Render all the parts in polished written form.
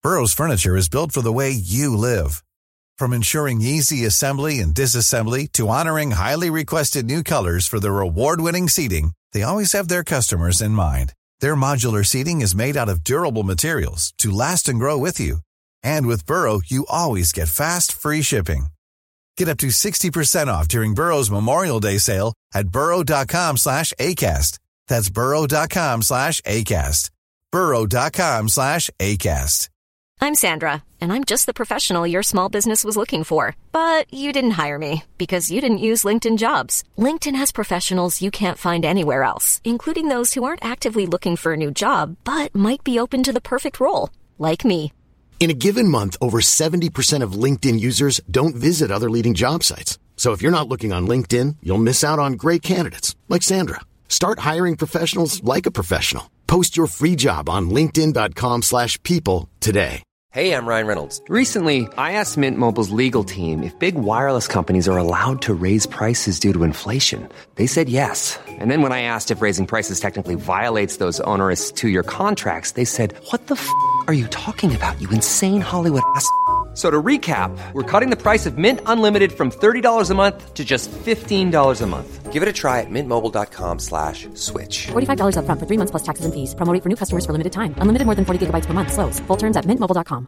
Burrow's furniture is built for the way you live. From ensuring easy assembly and disassembly to honoring highly requested new colors for their award-winning seating, they always have their customers in mind. Their modular seating is made out of durable materials to last and grow with you. And with Burrow, you always get fast, free shipping. Get up to 60% off during Burrow's Memorial Day sale at burrow.com/ACAST. That's burrow.com/ACAST. burrow.com/ACAST. I'm Sandra, and I'm just the professional your small business was looking for. But you didn't hire me because you didn't use LinkedIn Jobs. LinkedIn has professionals you can't find anywhere else, including those who aren't actively looking for a new job, but might be open to the perfect role, like me. In a given month, over 70% of LinkedIn users don't visit other leading job sites. So if you're not looking on LinkedIn, you'll miss out on great candidates like Sandra. Start hiring professionals like a professional. Post your free job on linkedin.com/people today. Hey, I'm Ryan Reynolds. Recently, I asked Mint Mobile's legal team if big wireless companies are allowed to raise prices due to inflation. They said yes. And then when I asked if raising prices technically violates those onerous two-year contracts, they said, "What the f*** are you talking about, you insane Hollywood ass?" So to recap, we're cutting the price of Mint Unlimited from $30 a month to just $15 a month. Give it a try at mintmobile.com/switch. $45 up front for 3 months plus taxes and fees. Promo rate for new customers for limited time. Unlimited more than 40 gigabytes per month. Slows full terms at mintmobile.com.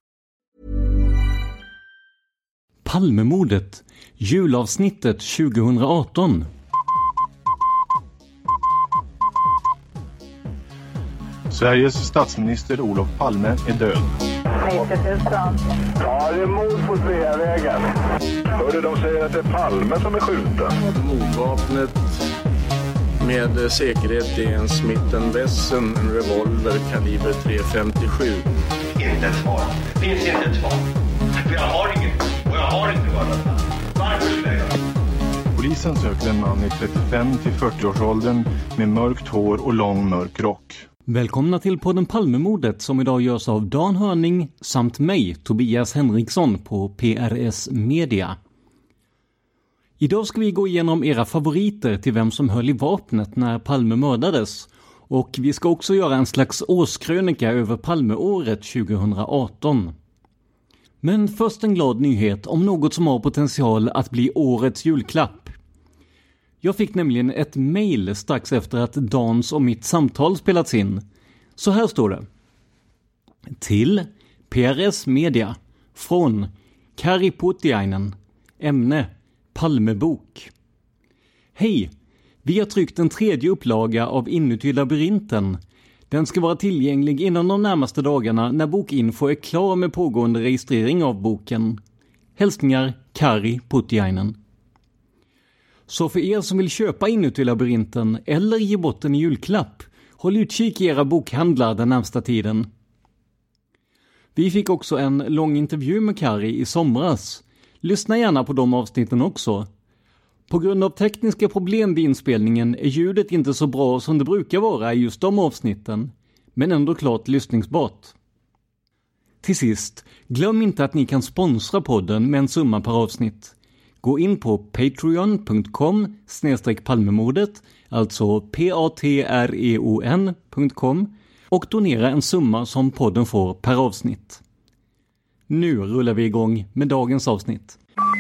Palmemordet, julavsnittet 2018. Sveriges statsminister Olof Palme är död. 90 000. Ja, det är mord på Sveavägen. Hörde de säger att det är Palme som är skjuten. Mordvapnet med säkerhet är en Smith & Wesson, en revolver kaliber .357. Inte ett svar. Det finns inte ett svar. För jag har inget. Och jag har inte varit. Varför skulle jag? Polisen söker en man i 35 till 40-årsåldern med mörkt hår och lång mörk rock. Välkomna till podden Palmemordet som idag görs av Dan Hörning samt mig, Tobias Henriksson på PRS Media. Idag ska vi gå igenom era favoriter till vem som höll i vapnet när Palme mördades. Och vi ska också göra en slags årskrönika över Palmeåret 2018. Men först en glad nyhet om något som har potential att bli årets julklapp. Jag fick nämligen ett mejl strax efter att Dans och mitt samtal spelats in. Så här står det. Till PRS Media från Kari Putiainen. Ämne Palmebok. Hej! Vi har tryckt en 3:e upplaga av Inuti labyrinten. Den ska vara tillgänglig inom de närmaste dagarna när Bokinfo är klar med pågående registrering av boken. Hälsningar Kari Putiainen. Så för er som vill köpa Inuti labyrinten eller ge bort en julklapp, håll utkik i era bokhandlar den närmsta tiden. Vi fick också en lång intervju med Kari i somras. Lyssna gärna på de avsnitten också. På grund av tekniska problem vid inspelningen är ljudet inte så bra som det brukar vara i just de avsnitten, men ändå klart lyssningsbart. Till sist, glöm inte att ni kan sponsra podden med en summa per avsnitt. Gå in på patreon.com/palmemordet, alltså patreon.com, och donera en summa som podden får per avsnitt. Nu rullar vi igång med dagens avsnitt.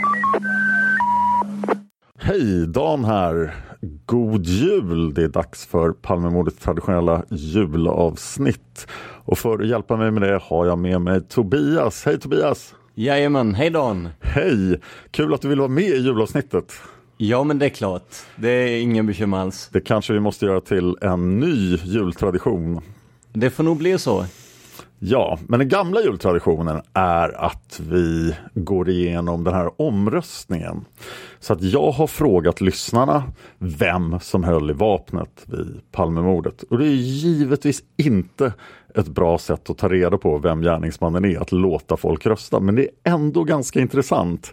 Hej, Dan här. God jul! Det är dags för Palmemordets traditionella julavsnitt. Och för att hjälpa mig med det har jag med mig Tobias. Hej Tobias! Jajamän, hej Dan! Hej! Kul att du vill vara med i julavsnittet. Ja, men det är klart. Det är ingen bekymmer alls. Det kanske vi måste göra till en ny jultradition. Det får nog bli så. Ja, men den gamla jultraditionen är att vi går igenom den här omröstningen. Så att jag har frågat lyssnarna vem som höll i vapnet vid Palmemordet. Och det är givetvis inte ett bra sätt att ta reda på vem gärningsmannen är, att låta folk rösta. Men det är ändå ganska intressant.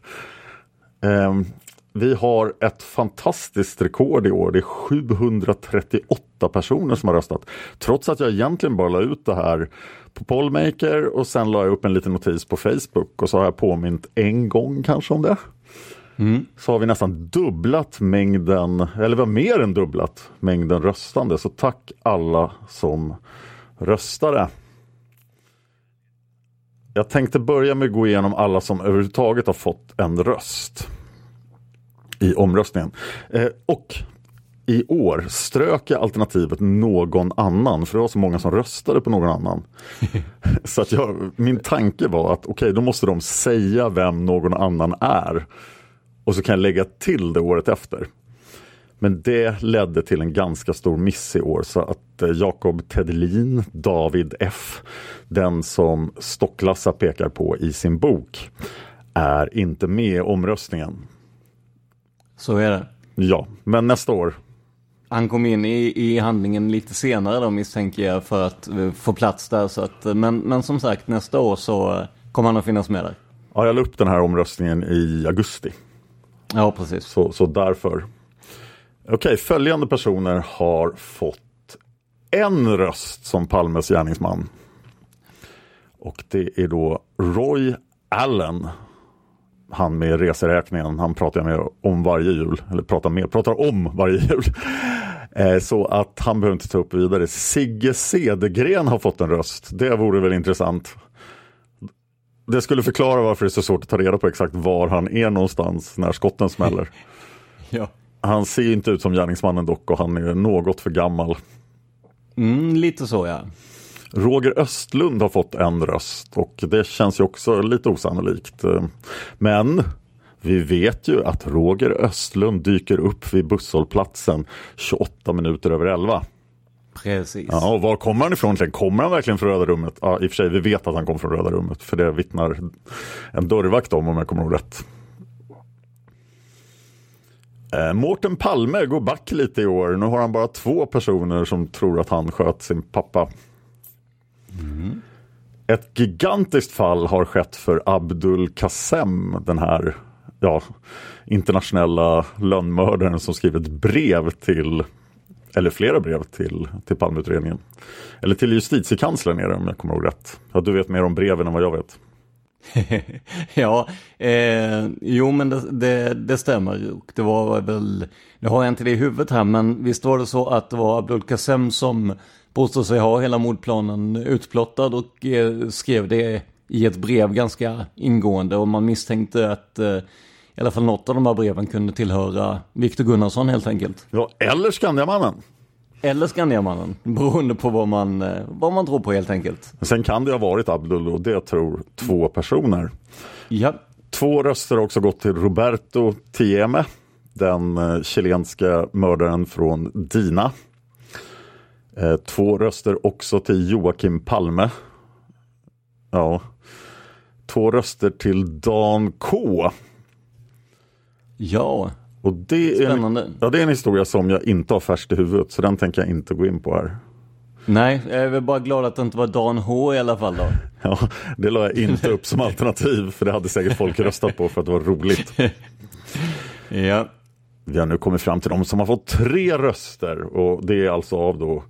Vi har ett fantastiskt rekord i år. Det är 738 personer som har röstat. Trots att jag egentligen bara la ut det här på Pollmaker och sen la jag upp en liten notis på Facebook och så har jag påmint en gång kanske om det. Så har vi nästan dubblat mängden, eller vi har mer än dubblat mängden röstande. Så tack alla som röstade. Jag tänkte börja med att gå igenom alla som överhuvudtaget har fått en röst i omröstningen. Och i år strök jag alternativet någon annan, för det var så många som röstade på någon annan. Så att min tanke var att okej, då måste de säga vem någon annan är. Och så kan jag lägga till det året efter. Men det ledde till en ganska stor miss i år, så att Jakob Tedelin, David F, den som Stocklassa pekar på i sin bok, är inte med i omröstningen. Så är det. Ja, men nästa år. Han kom in i handlingen lite senare då, misstänker jag, för att få plats där. Så att, men som sagt, nästa år så kommer han att finnas med där. Ja, jag la upp den här omröstningen i augusti. Ja, precis. Så därför. Okej, följande personer har fått en röst som Palmes gärningsman. Och det är då Roy Allen. Han med reseräkningen, han pratar med om varje jul. Eller pratar om varje jul. Så att han behöver inte ta upp vidare. Sigge Cedergren har fått en röst. Det vore väl intressant. Det skulle förklara varför det är så svårt att ta reda på exakt var han är någonstans när skotten smäller. Ja. Han ser inte ut som gärningsmannen dock, och han är något för gammal. Lite så, ja. Roger Östlund har fått en röst, och det känns ju också lite osannolikt. Men vi vet ju att Roger Östlund dyker upp vid busshållplatsen 28 minuter över 11. Precis. Ja, och var kommer han ifrån? Kommer han verkligen från Röda rummet? Ja, i och för sig, vi vet att han kom från Röda rummet, för det vittnar en dörrvakt om jag kommer ihåg rätt. Mårten Palme går back lite i år. Nu har han bara 2 personer som tror att han sköt sin pappa. Ett gigantiskt fall har skett för Abdul Qassem, den här internationella lönnmördaren som skrivit ett brev till, eller flera brev till Palmeutredningen. Eller till justitiekanslern är det, om jag kommer ihåg rätt. Ja, du vet mer om breven än vad jag vet. Ja, jo men det stämmer. Det var väl, nu har jag inte det i huvudet här, men visst var det så att det var Abdul Qassem som påstod sig ha hela mordplanen utplottad och skrev det i ett brev ganska ingående, och man misstänkte att i alla fall något av de här breven kunde tillhöra Viktor Gunnarsson helt enkelt. Ja, eller Skandiamannen. Eller Skandiamannen, beroende på vad man tror på helt enkelt. Sen kan det ha varit Abdul, och det tror 2 personer. Ja. 2 röster har också gått till Roberto Tieme, den chilenska mördaren från Dina. 2 röster också till Joakim Palme. Ja. 2 röster till Dan K. Ja. Och det spännande. Det är en historia som jag inte har färskt i huvudet, så den tänker jag inte gå in på här. Nej, jag är väl bara glad att det inte var Dan H i alla fall då. Ja, det la jag inte upp som alternativ, för det hade säkert folk röstat på för att det var roligt. Ja. Vi har nu kommit fram till de som har fått 3 röster, och det är alltså av då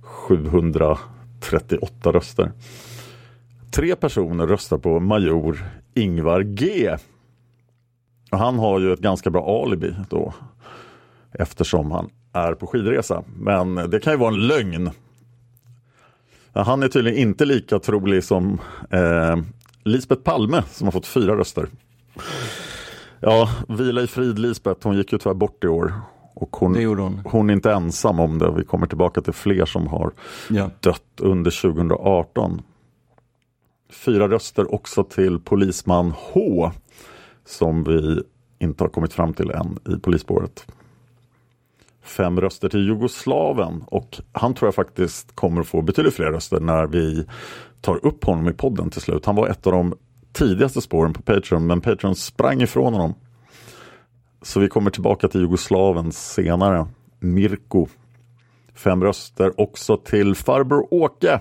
738 röster. 3 personer röstar på major Ingvar G. Och han har ju ett ganska bra alibi då, eftersom han är på skidresa. Men det kan ju vara en lögn. Han är tydligen inte lika trolig som Lisbeth Palme, som har fått 4 röster. Ja, vila i frid Lisbeth, hon gick ju tyvärr bort i år. Och hon är inte ensam om det. Vi kommer tillbaka till fler som har dött under 2018. 4 röster också till polisman H, som vi inte har kommit fram till än i polisspåret. 5 röster till Jugoslaven, och han tror jag faktiskt kommer få betydligt fler röster när vi tar upp honom i podden till slut. Han var ett av de tidigaste spåren på Patreon, men Patreon sprang ifrån honom. Så vi kommer tillbaka till Jugoslaven senare. Mirko. 5 röster också till farbror Åke.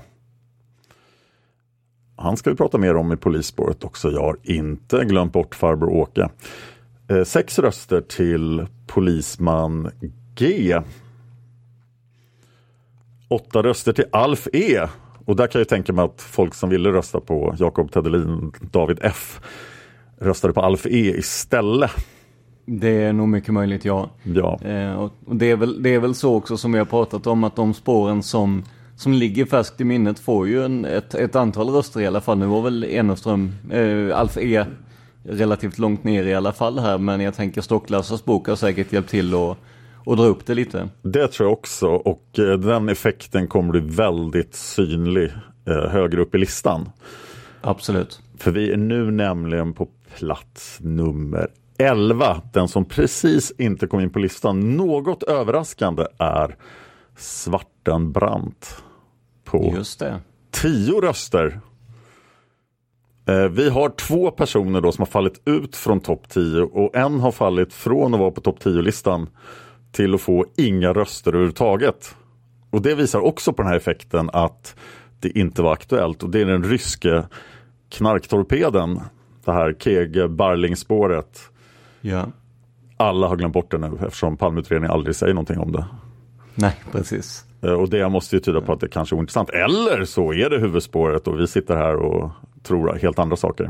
Han ska vi prata mer om i polisspåret också. Jag har inte glömt bort farbror Åke. 6 röster till polisman G. 8 röster till Alf E. Och där kan jag tänka mig att folk som ville rösta på Jakob Tedelin, David F, röstade på Alf E istället. Det är nog mycket möjligt, ja. Och det är väl så också som vi har pratat om, att de spåren som som ligger färskt i minnet får ju ett antal röster i alla fall. Nu var väl Eneström, Alf E relativt långt ner i alla fall här, men jag tänker Stocklassas bok har säkert hjälpt till och dra upp det lite. Det tror jag också, och den effekten kommer bli väldigt synlig högre upp i listan. Absolut. För vi är nu nämligen på plats nummer 11. Den som precis inte kom in på listan. Något överraskande är Svartenbrandt på just det. 10 röster. Vi har 2 personer då som har fallit ut från topp 10 och en har fallit från att vara på topp 10-listan till att få inga röster överhuvudtaget. Och det visar också på den här effekten att det inte var aktuellt. Och det är den ryske knarktorpeden, det här Kege-Barling-spåret. Ja. Alla har glömt bort det nu eftersom Palmeutredningen aldrig säger någonting om det. Nej, precis. Och det måste ju tyda på att det kanske är ointressant. Eller så är det huvudspåret och vi sitter här och tror helt andra saker.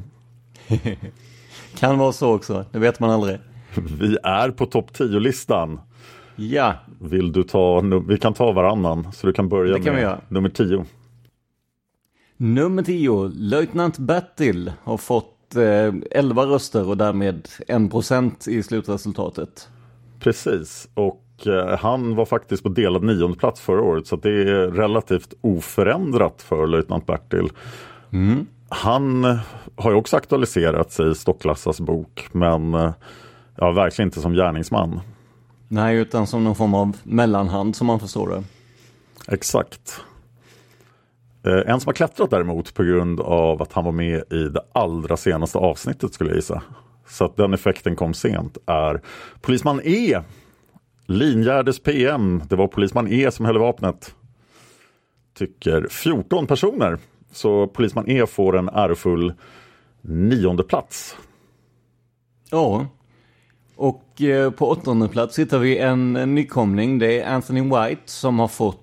Kan vara så också, det vet man aldrig. Vi är på topp 10-listan. Ja. Vill du vi kan ta varannan, så du kan börja med nummer 10. Nummer 10, Löjtnant Bertil har fått 11 röster och därmed 1% i slutresultatet. Precis, och han var faktiskt på delad 9:e plats förra året, så det är relativt oförändrat för Löjtnant Bertil. Mm. Han har ju också aktualiserat sig i Stocklassas bok, men verkligen inte som gärningsman. Nej, utan som någon form av mellanhand som man förstår det. Exakt. En som har klättrat däremot på grund av att han var med i det allra senaste avsnittet skulle jag gissa. Så att den effekten kom sent är Polisman E. Linjärdes PM. Det var Polisman E som höll vapnet. Tycker 14 personer. Så Polisman E får en ärofull 9:e plats. Ja. Och på 8:e plats hittar vi en nykomling. Det är Anthony White som har fått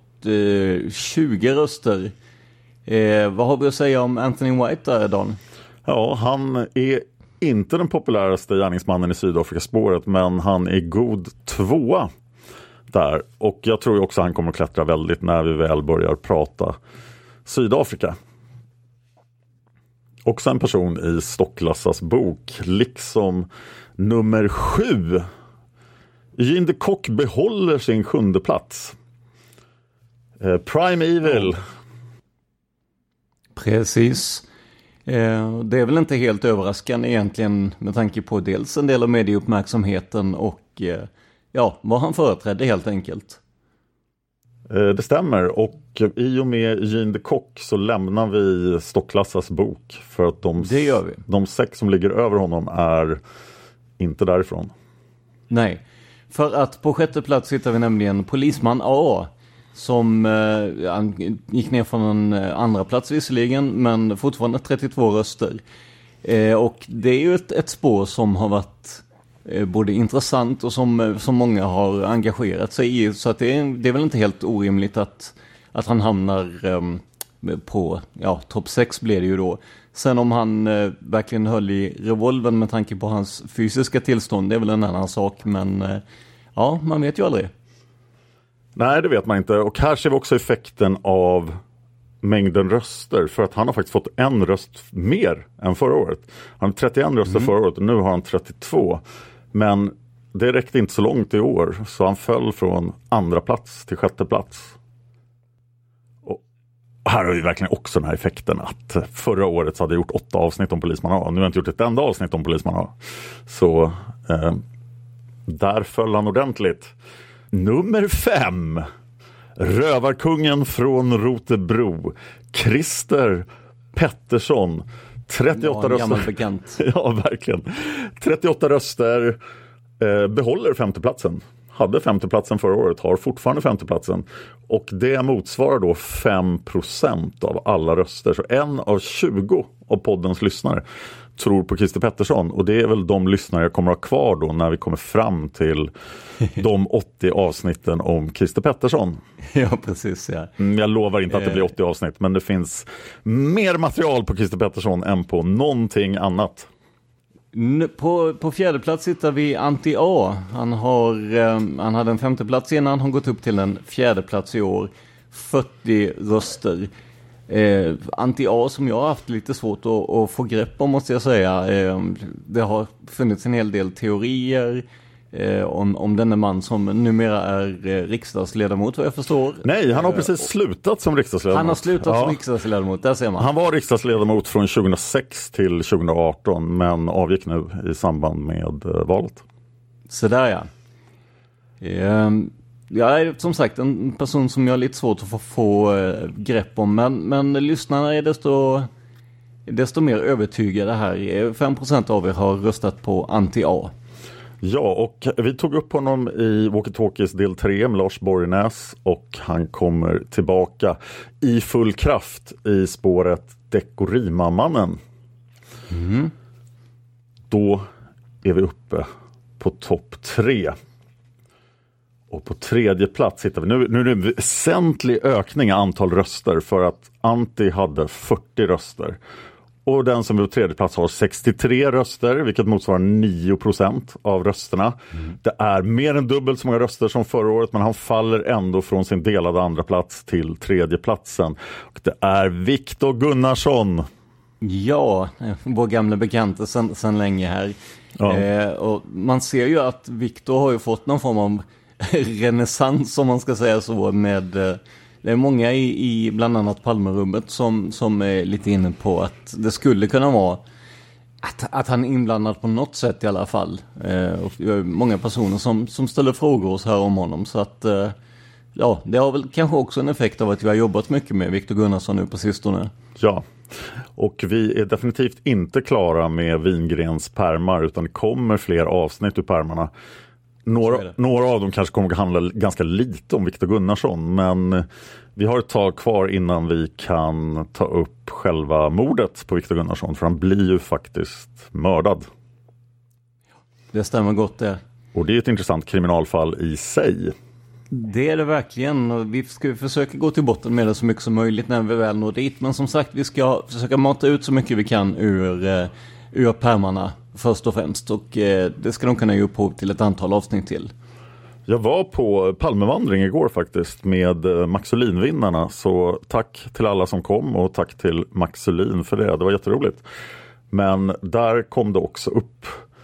20 röster. Vad har vi att säga om Anthony White där, Dan? Ja, han är inte den populäraste gärningsmannen i Sydafrikaspåret, men han är god 2 där. Och jag tror också han kommer att klättra väldigt när vi väl börjar prata Sydafrika. Också en person i Stocklassas bok, liksom nummer 7. Eugene de Kock behåller sin 7:e plats. Prime Evil. Precis. Det är väl inte helt överraskande egentligen med tanke på dels en del av medieuppmärksamheten och vad han företrädde helt enkelt. Det stämmer, och i och med Eugene de Kock så lämnar vi Stocklassas bok för att de 6 som ligger över honom är inte därifrån. Nej, för att på 6:e plats hittar vi nämligen Polisman A som gick ner från en andra plats visserligen, men fortfarande 32 röster. Och det är ju ett spår som har varit både intressant och som många har engagerat sig i, så att det är väl inte helt orimligt att han hamnar på topp 6 blir det ju då. Sen om han verkligen höll i revolven med tanke på hans fysiska tillstånd, det är väl en annan sak, men man vet ju aldrig. Nej, det vet man inte. Och här ser vi också effekten av mängden röster. För att han har faktiskt fått en röst mer än förra året. Han har 31 röster förra året och nu har han 32. Men det räckte inte så långt i år. Så han föll från 2:a plats till 6:e plats. Och här har vi verkligen också den här effekten att förra året så hade jag gjort 8 avsnitt om Polisman A. Nu har jag inte gjort ett enda avsnitt om Polisman A. Så där föll han ordentligt. Nummer 5. Rövarkungen från Rotebro. Christer Pettersson. 38 röster. Ja, verkligen. 38 röster. Behåller 5:e platsen. Hade 5:e platsen förra året. Har fortfarande 5:e platsen. Och det motsvarar då 5% av alla röster. Så 1 av 20 av poddens lyssnare tror på Christer Pettersson. Och det är väl de lyssnare jag kommer att ha kvar då när vi kommer fram till de 80 avsnitten om Christer Pettersson. Ja, precis. Ja. Jag lovar inte att det blir 80 avsnitt, men det finns mer material på Christer Pettersson än på någonting annat. På 4:e plats hittar vi Antti A. Han hade en 5:e plats innan, han gått upp till en 4:e plats i år. 40 röster. Anti-A som jag har haft lite svårt att få grepp om, måste jag säga. Det har funnits en hel del teorier om denne man som numera är riksdagsledamot, vad jag förstår. Nej, han har precis slutat som riksdagsledamot. Han har slutat som riksdagsledamot, där ser man. Han var riksdagsledamot från 2006 till 2018 men avgick nu i samband med valet. Så där ja. Jag är som sagt en person som jag har lite svårt att få grepp om, men lyssnarna är desto mer övertygade här. 5% av er har röstat på anti-A. Ja, och vi tog upp honom i Walkie Talkies del 3 med Lars Borgnäs och han kommer tillbaka i full kraft i spåret Dekorima-mannen. Då är vi uppe på topp 3. Och på tredje plats hittar vi, nu är det en väsentlig ökning i antal röster för att Anti hade 40 röster. Och den som är på tredje plats har 63 röster, vilket motsvarar 9% av rösterna. Det är mer än dubbelt så många röster som förra året, men han faller ändå från sin delade andra plats till tredje platsen. Och det är Viktor Gunnarsson. Ja, vår gamla bekanta sedan länge här. Ja. Och man ser ju att Viktor har ju fått någon form av renässans, om man ska säga så, med det är många i bland annat Palmerummet som är lite inne på att det skulle kunna vara att han är inblandad på något sätt i alla fall. Och det är många personer som ställer frågor så här om honom, så att ja, det har väl kanske också en effekt av att vi har jobbat mycket med Viktor Gunnarsson nu på sistone. Ja, och vi är definitivt inte klara med Wingrens pärmar, utan det kommer fler avsnitt ur pärmarna. Några av dem kanske kommer att handla ganska lite om Viktor Gunnarsson, men vi har ett tag kvar innan vi kan ta upp själva mordet på Viktor Gunnarsson, för han blir ju faktiskt mördad. Det stämmer gott det. Och det är ett intressant kriminalfall i sig. Det är det verkligen. Vi ska försöka gå till botten med det så mycket som möjligt när vi väl når dit. Men som sagt, vi ska försöka mata ut så mycket vi kan ur pärmarna först och främst. Och det ska de kunna ge upphov till ett antal avsnitt till. Jag var på Palmevandring igår faktiskt med Max Ohlin-vinnarna. Så tack till alla som kom och tack till Max Ohlin för det. Det var jätteroligt. Men där kom det också upp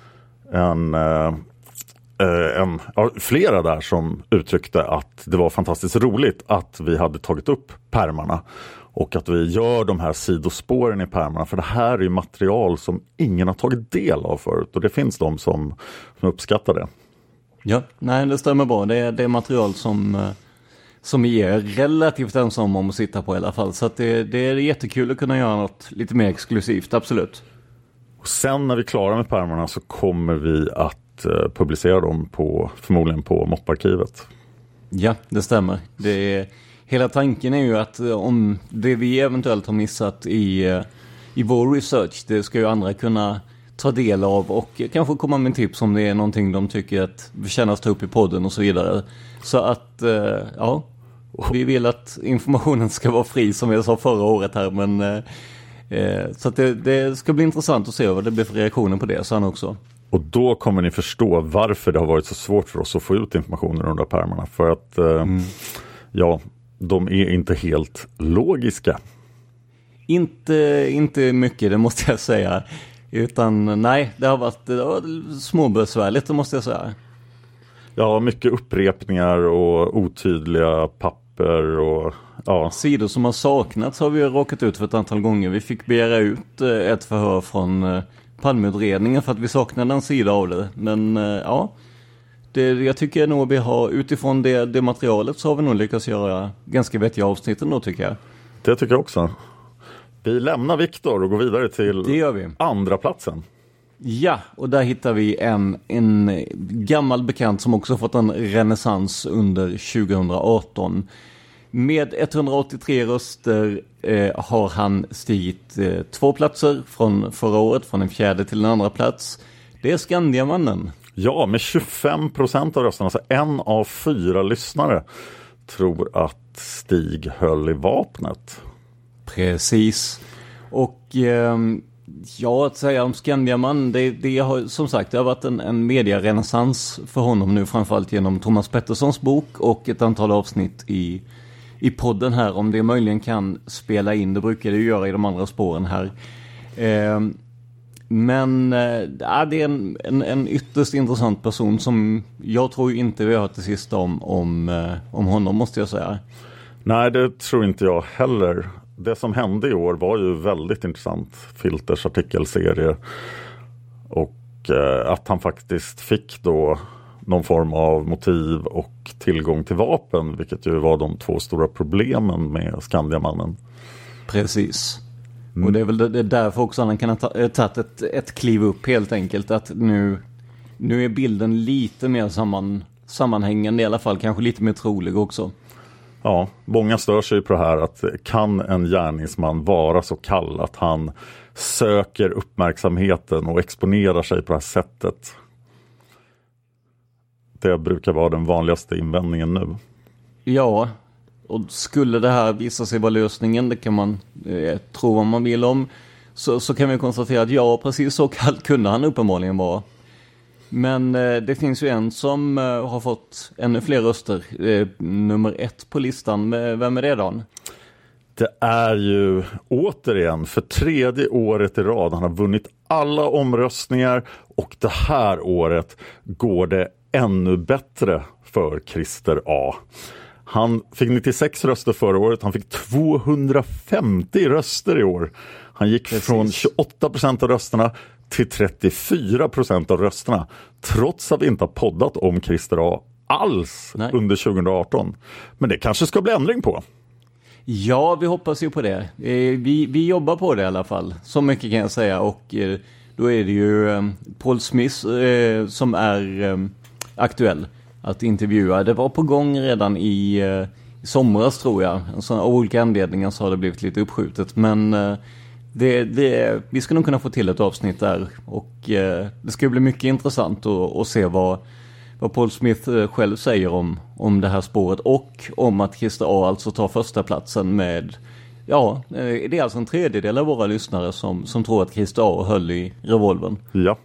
flera där som uttryckte att det var fantastiskt roligt att vi hade tagit upp pärmarna och att vi gör de här sidospåren i pärmarna, för det här är ju material som ingen har tagit del av förut och det finns de som uppskattar det. Ja, nej, det stämmer bra. Det är material som vi är relativt ensam om att sitta på i alla fall, så att det är jättekul att kunna göra något lite mer exklusivt, absolut. Och sen när vi är klara med pärmarna så kommer vi att publicera dem förmodligen på Mopparkivet. Ja, det stämmer. Hela tanken är ju att om det vi eventuellt har missat i vår research, det ska ju andra kunna ta del av och kanske komma med tips om det är någonting de tycker att vi känner ta upp i podden och så vidare. Så att, ja, vi vill att informationen ska vara fri som jag sa förra året här, men så att det ska bli intressant att se vad det blir för reaktioner på det sen också. Och då kommer ni förstå varför det har varit så svårt för oss att få ut informationen under pärmarna. För att, ja, de är inte helt logiska. Inte mycket, det måste jag säga. Utan nej, det har varit småbesvärligt, det måste jag säga. Ja, mycket upprepningar och otydliga papper och ja. Sidor som har saknats har vi råkat ut för ett antal gånger. Vi fick begära ut ett förhör från Palmeutredningen för att vi saknade en sida av det. Men ja, jag tycker nog vi har utifrån det materialet så har vi nog lyckats göra ganska vettiga avsnitt ändå, tycker jag. Det tycker jag också. Vi lämnar Viktor och går vidare till andra platsen. Ja, och där hittar vi en gammal bekant som också fått en renässans under 2018. Med 183 röster har han stigit 2 platser från förra året, från en 4:e till en 2:a plats. Det är Skandiamannen. Ja, med 25% av rösterna, alltså 1 av 4 lyssnare tror att Stig höll i vapnet. Precis. Och ja, att säga om Skandiaman, det har som sagt det har varit en medierenässans för honom nu, framförallt genom Thomas Petterssons bok och ett antal avsnitt i i podden här, om det möjligen kan spela in. Det brukar det ju göra i de andra spåren här. Men det är en ytterst intressant person som jag tror inte vi har hört det sista om honom, måste jag säga. Nej, det tror inte jag heller. Det som hände i år var ju väldigt intressant. Filters artikelserie. Och att han faktiskt fick då någon form av motiv och tillgång till vapen, vilket ju var de 2 stora problemen med Skandiamannen. Precis. Och det är väl det därför också han kan ha tagit ett kliv upp helt enkelt. Att nu är bilden lite mer sammanhängande i alla fall. Kanske lite mer trolig också. Ja, många stör sig på det här att kan en gärningsman vara så kall att han söker uppmärksamheten och exponerar sig på det här sättet. Det brukar vara den vanligaste invändningen nu. Ja, och skulle det här visa sig vara lösningen, det kan man tro vad man vill om, så kan vi konstatera att ja, precis så kall kunde han uppenbarligen vara. Men det finns ju en som har fått ännu fler röster. Nummer 1 på listan. Vem är det, Dan? Det är ju återigen för 3:e året i rad. Han har vunnit alla omröstningar och det här året går det ännu bättre för Christer A. Han fick 96 röster förra året. Han fick 250 röster i år. Han gick från 28% av rösterna till 34% av rösterna. Trots att vi inte har poddat om Christer A alls under 2018. Men det kanske ska bli ändring på. Ja, vi hoppas ju på det. Vi jobbar på det i alla fall. Så mycket kan jag säga. Och då är det ju Paul Smith som är aktuell att intervjua. Det var på gång redan i somras, tror jag. Så av olika anledningar så har det blivit lite uppskjutet. Men vi ska nog kunna få till ett avsnitt där. Och det ska bli mycket intressant att se vad Paul Smith själv säger om det här spåret. Och om att Christer A alltså tar första platsen med... Ja, det är alltså en tredjedel av våra lyssnare som tror att Christer A höll i revolvern. Ja.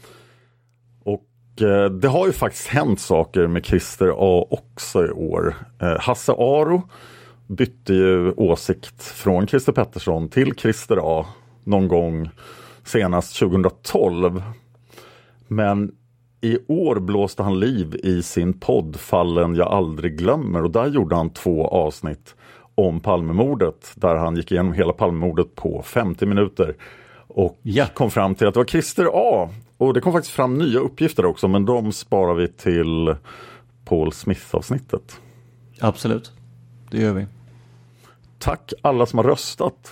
Och det har ju faktiskt hänt saker med Christer A också i år. Hasse Aro bytte ju åsikt från Christer Pettersson till Christer A någon gång senast 2012. Men i år blåste han liv i sin podd Fallen jag aldrig glömmer, och där gjorde han 2 avsnitt om Palmemordet där han gick igenom hela Palmemordet på 50 minuter och kom fram till att det var Christer A. Och det kom faktiskt fram nya uppgifter också, men de sparar vi till Paul Smith-avsnittet. Absolut, det gör vi. Tack alla som har röstat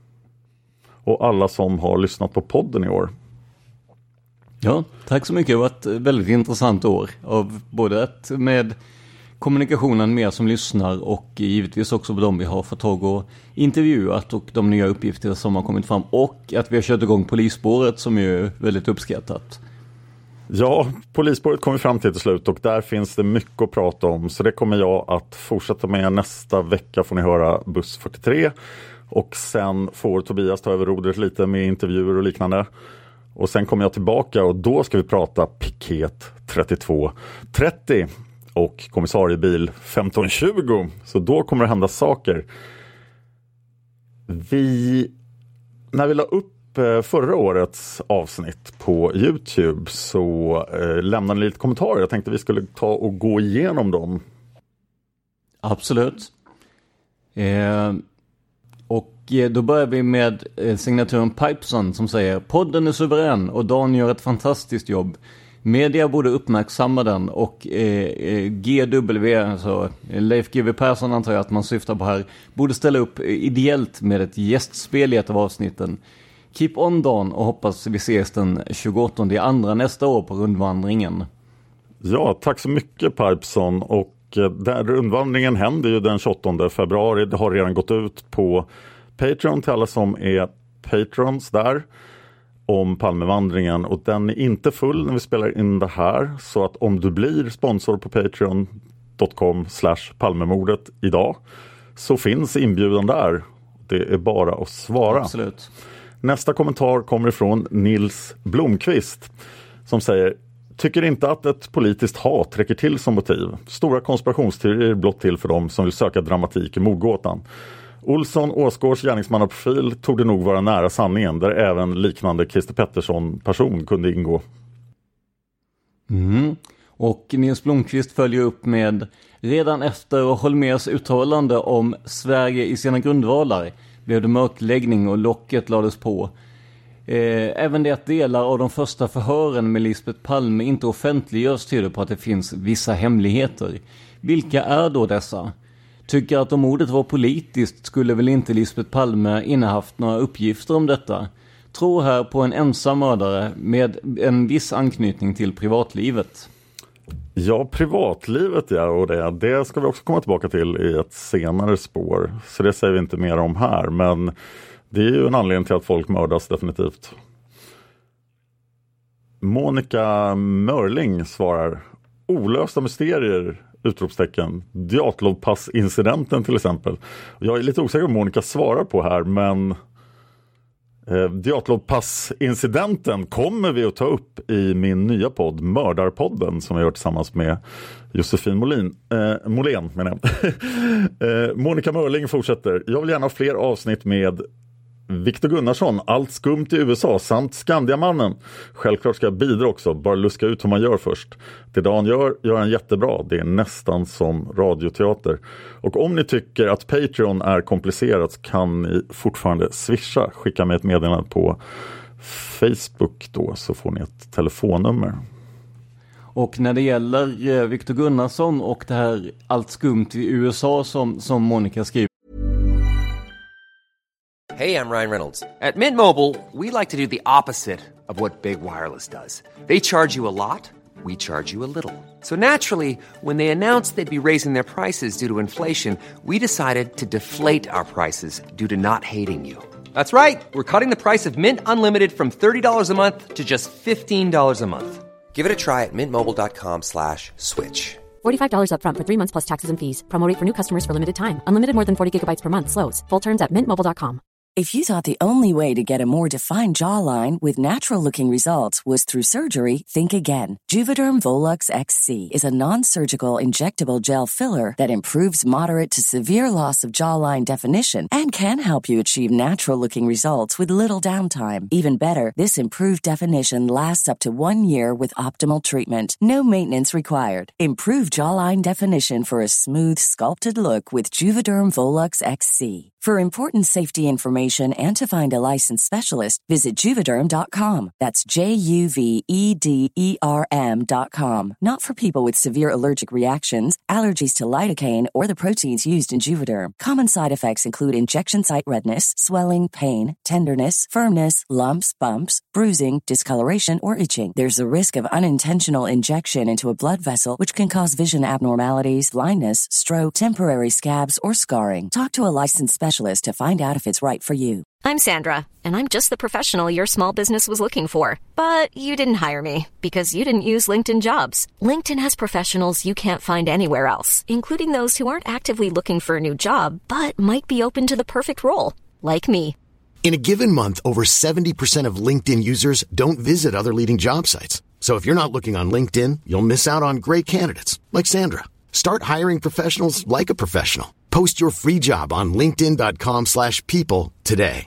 och alla som har lyssnat på podden i år. Ja, tack så mycket. Det var ett väldigt intressant år av både med kommunikationen med som lyssnar och givetvis också på de vi har fått tag och intervjuat och de nya uppgifter som har kommit fram och att vi har kört igång polisspåret som är väldigt uppskattat. Ja, polisspåret kommer fram till slut och där finns det mycket att prata om, så det kommer jag att fortsätta med. Nästa vecka får ni höra Buss 43 och sen får Tobias ta över rodret lite med intervjuer och liknande. Och sen kommer jag tillbaka och då ska vi prata piket 3230 och kommissariebil 1520. Så då kommer det hända saker. När vi la upp förra årets avsnitt på YouTube så lämnade ni lite kommentarer. Jag tänkte vi skulle ta och gå igenom dem. Absolut. Och då börjar vi med signaturen Pipeson som säger: podden är suverän och Dan gör ett fantastiskt jobb. Media borde uppmärksamma den och GW, alltså Leif GW Persson antar jag att man syftar på här, borde ställa upp ideellt med ett gästspel i ett av avsnitten. Keep on Dan och hoppas vi ses den 28/2 nästa år på rundvandringen. Ja, tack så mycket Pipeson. Och där rundvandringen händer ju den 28 februari. Det har redan gått ut på Patreon till alla som är patrons där om Palmevandringen. Och den är inte full när vi spelar in det här. Så att om du blir sponsor på patreon.com/Palmemordet idag så finns inbjudan där. Det är bara att svara. Absolut. Nästa kommentar kommer ifrån Nils Blomqvist som säger: tycker inte att ett politiskt hat räcker till som motiv. Stora konspirationsteorier är blott till för dem som vill söka dramatik i mordgåtan. Olsson Åsgårds gärningsmannaprofil tog det nog vara nära sanningen, där även liknande Christer Pettersson-person kunde ingå. Och Nils Blomqvist följer upp med: redan efter Holmérs uttalande om Sverige i sina grundvalar blev det mörkläggning och locket lades på. Även det att delar av de första förhören med Lisbeth Palme inte offentliggörs tyder på att det finns vissa hemligheter. Vilka är då dessa? Tycker att om mordet var politiskt skulle väl inte Lisbeth Palme innehaft några uppgifter om detta? Tror här på en ensam mördare med en viss anknytning till privatlivet. Ja, privatlivet och det ska vi också komma tillbaka till i ett senare spår. Så det säger vi inte mer om här, men det är ju en anledning till att folk mördas definitivt. Monica Mörling svarar: olösta mysterier, utropstecken. Djatlov-pass-incidenten till exempel. Jag är lite osäker om Monica svarar på här, men Djatlov-pass-incidenten kommer vi att ta upp i min nya podd Mördarpodden, som jag gör tillsammans med Josefin Molén menar jag. Monica Mörling fortsätter: jag vill gärna ha fler avsnitt med Viktor Gunnarsson, allt skumt i USA samt Skandiamannen. Självklart ska jag bidra också, bara luska ut hur man gör först. Det Dan gör han jättebra, det är nästan som radioteater. Och om ni tycker att Patreon är komplicerat kan ni fortfarande swisha. Skicka med ett meddelande på Facebook då, så får ni ett telefonnummer. Och när det gäller Viktor Gunnarsson och det här allt skumt i USA som Monica skriver. Hey, I'm Ryan Reynolds. At Mint Mobile, we like to do the opposite of what Big Wireless does. They charge you a lot, we charge you a little. So naturally, when they announced they'd be raising their prices due to inflation, we decided to deflate our prices due to not hating you. That's right. We're cutting the price of Mint Unlimited from $30 a month to just $15 a month. Give it a try at mintmobile.com/switch. $45 up front for 3 months plus taxes and fees. Promo rate for new customers for limited time. Unlimited more than 40 gigabytes per month. Slows full terms at mintmobile.com. If you thought the only way to get a more defined jawline with natural-looking results was through surgery, think again. Juvederm Volux XC is a non-surgical injectable gel filler that improves moderate to severe loss of jawline definition and can help you achieve natural-looking results with little downtime. Even better, this improved definition lasts up to 1 year with optimal treatment. No maintenance required. Improve jawline definition for a smooth, sculpted look with Juvederm Volux XC. For important safety information and to find a licensed specialist, visit Juvederm.com. That's JUVEDERM.com. Not for people with severe allergic reactions, allergies to lidocaine, or the proteins used in Juvederm. Common side effects include injection site redness, swelling, pain, tenderness, firmness, lumps, bumps, bruising, discoloration, or itching. There's a risk of unintentional injection into a blood vessel, which can cause vision abnormalities, blindness, stroke, temporary scabs, or scarring. Talk to a licensed specialist to find out if it's right for you. I'm Sandra, and I'm just the professional your small business was looking for. But you didn't hire me because you didn't use LinkedIn Jobs. LinkedIn has professionals you can't find anywhere else, including those who aren't actively looking for a new job, but might be open to the perfect role, like me. In a given month, over 70% of LinkedIn users don't visit other leading job sites. So if you're not looking on LinkedIn, you'll miss out on great candidates, like Sandra. Start hiring professionals like a professional. Post your free job on linkedin.com/people today.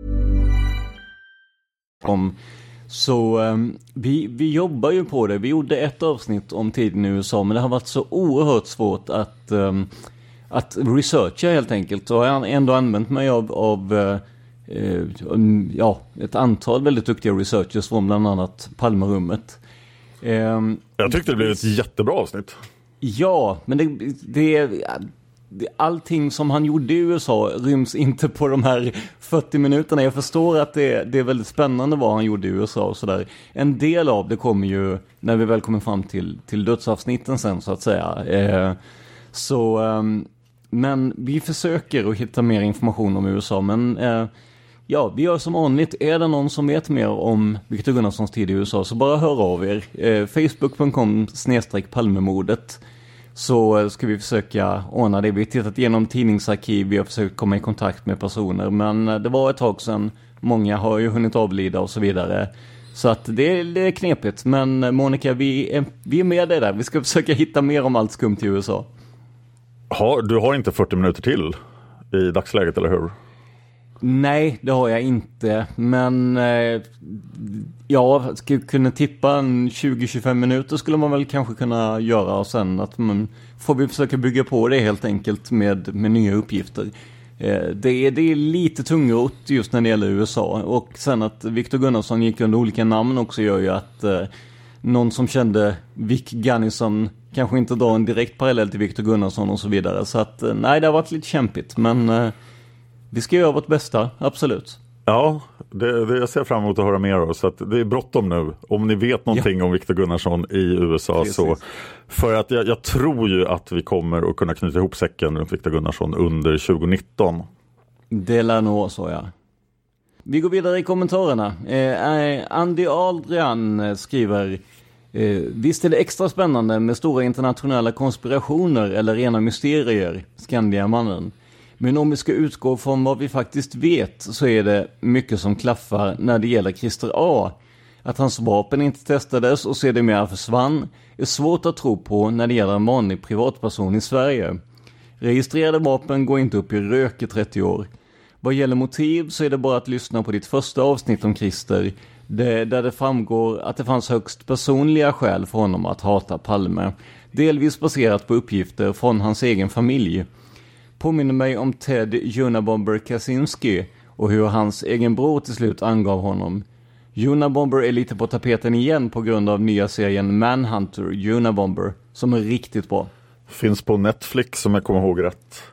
Så vi jobbar ju på det. Vi gjorde ett avsnitt om tiden i USA, men det har varit så oerhört svårt att researcha helt enkelt. Och jag har ändå använt mig av ett antal väldigt duktiga researchers från bland annat Palmerummet. Jag tyckte det blev ett jättebra avsnitt. Ja, men allting som han gjorde i USA ryms inte på de här 40 minuterna. Jag förstår att det är väldigt spännande vad han gjorde i USA och sådär. En del av det kommer ju när vi väl kommer fram till dödsavsnitten sen, så att säga. Men vi försöker att hitta mer information om USA. Men vi gör som vanligt. Är det någon som vet mer om Viktor Gunnarssons tid i USA, så bara hör av er. Facebook.com/Palmemordet. Så ska vi försöka ordna det. Vi har tittat igenom tidningsarkiv, vi har försökt komma i kontakt med personer. Men det var ett tag sedan, många har ju hunnit avlida och så vidare. Så att det är knepigt. Men Monica, vi är med dig där. Vi ska försöka hitta mer om allt skumt i USA. Du har inte 40 minuter till i dagsläget, eller hur? Nej, det har jag inte. Men jag skulle kunna tippa en 20-25 minuter skulle man väl kanske kunna göra. Och sen att får vi försöka bygga på det helt enkelt med nya uppgifter. Det är lite tungrot just när det gäller USA. Och sen att Victor Gunnarsson gick under olika namn också gör ju att någon som kände Vic Gunnison kanske inte drar en direkt parallell till Victor Gunnarsson och så vidare. Så att nej, det har varit lite kämpigt. Men vi ska göra vårt bästa, absolut. Ja, jag ser fram emot att höra mer av. Så att det är bråttom nu. Om ni vet någonting om Victor Gunnarsson i USA. Precis. Så för att jag tror ju att vi kommer att kunna knyta ihop säcken runt Victor Gunnarsson under 2019. Det lär nog så, ja. Vi går vidare i kommentarerna. Andy Aldrian skriver: visst är det extra spännande med stora internationella konspirationer eller rena mysterier, Skandiamannen. Men om vi ska utgå från vad vi faktiskt vet så är det mycket som klaffar när det gäller Christer A. Att hans vapen inte testades och sedermera försvann är svårt att tro på när det gäller en vanlig privatperson i Sverige. Registrerade vapen går inte upp i rök i 30 år. Vad gäller motiv så är det bara att lyssna på ditt första avsnitt om Christer, där det framgår att det fanns högst personliga skäl för honom att hata Palme, delvis baserat på uppgifter från hans egen familj. Påminner mig om Ted Unabomber Kaczynski och hur hans egen bror till slut angav honom. Unabomber är lite på tapeten igen på grund av nya serien Manhunter Unabomber, som är riktigt bra. Finns på Netflix om jag kommer ihåg rätt.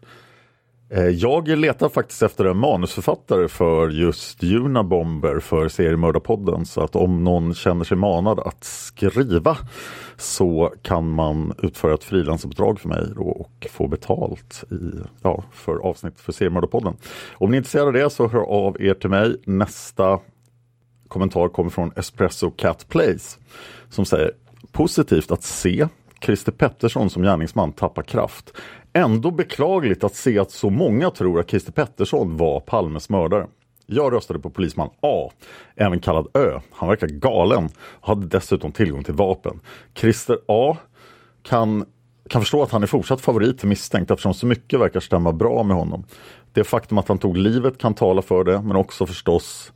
Jag letar faktiskt efter en manusförfattare för just Unabomber för seriemördarpodden, så att om någon känner sig manad att skriva så kan man utföra ett frilansuppdrag för mig och få betalt för avsnitt för seriemördarpodden. Om ni är intresserade av det så hör av er till mig. Nästa kommentar kommer från Espresso Cat Place som säger: positivt att se Christer Pettersson som gärningsman tappa kraft. Ändå beklagligt att se att så många tror att Christer Pettersson var Palmes mördare. Jag röstade på polisman A, även kallad Ö. Han verkar galen och hade dessutom tillgång till vapen. Christer A kan förstå att han är fortsatt favorit till misstänkt eftersom så mycket verkar stämma bra med honom. Det faktum att han tog livet kan tala för det, men också förstås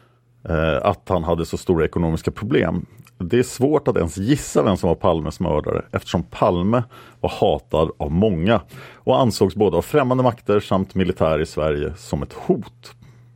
att han hade så stora ekonomiska problem. Det är svårt att ens gissa vem som var Palmes mördare eftersom Palme var hatad av många och ansågs både av främmande makter samt militär i Sverige som ett hot.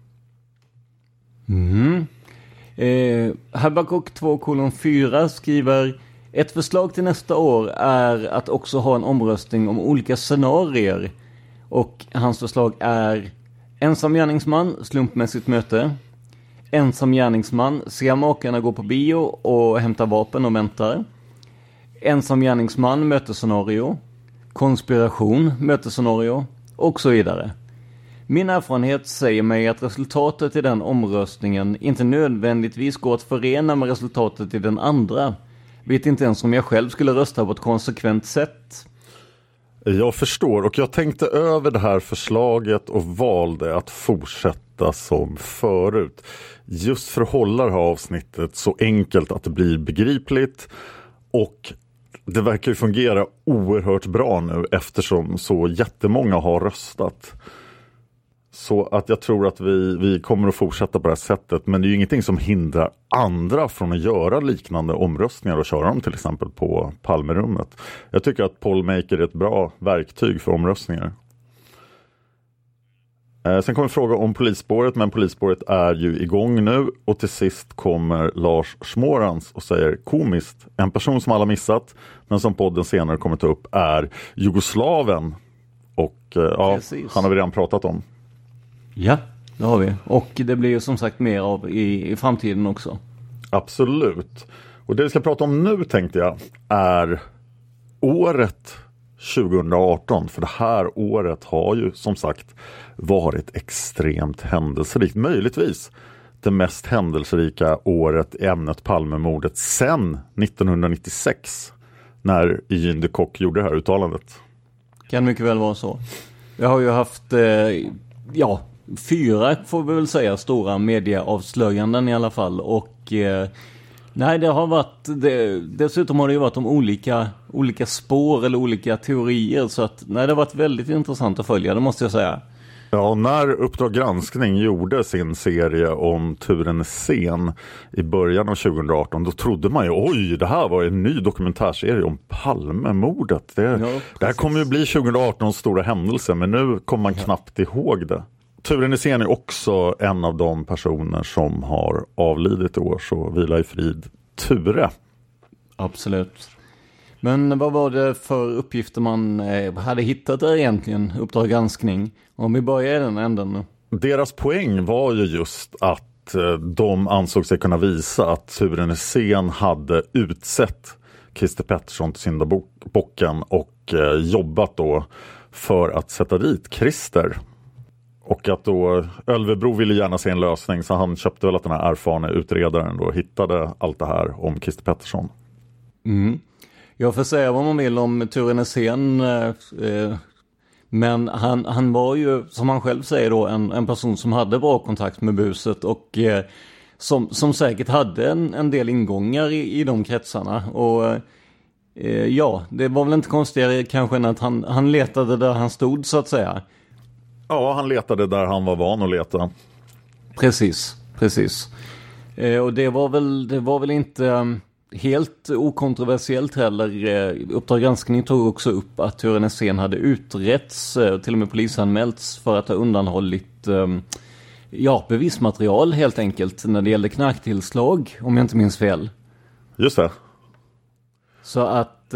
Habakuk 2:4 skriver: ett förslag till nästa år är att också ha en omröstning om olika scenarier. Och hans förslag är: ensam gärningsman, slumpmässigt möte. Ensam gärningsman, ser makarna gå på bio och hämta vapen och väntar. Ensam gärningsman, mötesscenario. Konspiration, mötesscenario. Och så vidare. Min erfarenhet säger mig att resultatet i den omröstningen inte nödvändigtvis går att förena med resultatet i den andra. Vet inte ens om jag själv skulle rösta på ett konsekvent sätt. Jag förstår, och jag tänkte över det här förslaget och valde att fortsätta som förut. Just för att hålla det här avsnittet så enkelt att det blir begripligt, och det verkar ju fungera oerhört bra nu eftersom så jättemånga har röstat. Så att jag tror att vi kommer att fortsätta på det här sättet, men det är ju ingenting som hindrar andra från att göra liknande omröstningar och köra dem till exempel på Palmerummet. Jag tycker att Pollmaker är ett bra verktyg för omröstningar. Sen kommer fråga om polisspåret, men polisspåret är ju igång nu, och till sist kommer Lars Smorans och säger: komiskt, en person som alla missat men som podden senare kommer ta upp är Jugoslaven, och han har vi redan pratat om. Ja, det har vi. Och det blir ju som sagt mer av i framtiden också. Absolut. Och det vi ska prata om nu tänkte jag är året 2018. För det här året har ju som sagt varit extremt händelserikt. Möjligtvis det mest händelserika året i ämnet Palmemordet sedan 1996. När Ejin de Kock gjorde det här uttalandet. Kan mycket väl vara så. Jag har ju haft 4 får vi väl säga stora medieavslöjanden i alla fall, och nej, det har varit dessutom har det ju varit om olika spår eller olika teorier, så att nej, det har varit väldigt intressant att följa, det måste jag säga. Ja, och när Uppdrag granskning gjorde sin serie om Turen Nässén i början av 2018, då trodde man ju, oj, det här var en ny dokumentärserie om Palmemordet. Det här kommer ju bli 2018 stora händelse, men nu kommer man knappt ihåg det. Turen Nässén är också en av de personer som har avlidit i år, så vila i frid, Ture. Absolut. Men vad var det för uppgifter man hade hittat där egentligen, Uppdrag granskning? Om vi börjar i den änden nu. Deras poäng var ju just att de ansåg sig kunna visa att Turen Nässén hade utsett Christer Pettersson till syndabocken och jobbat då för att sätta dit Christer. Och att då Ölvebro ville gärna se en lösning, så han köpte väl att den här erfarna utredaren då hittade allt det här om Christer Pettersson. Mm. Jag får säga vad man vill om Turen Nässén, men han var ju, som han själv säger då, en person som hade bra kontakt med buset och som säkert hade en del ingångar i de kretsarna. Och ja, det var väl inte konstigare kanske än att han letade där han stod, så att säga. Ja, han letade där han var van att leta. Precis. Och det var väl inte helt okontroversiellt heller. Uppdrag granskning tog också upp att Turen Nässén hade utretts, till och med polisanmälts för att ha undanhållit bevismaterial helt enkelt när det gällde knarktillslag, om jag inte minns fel. Just det. Så att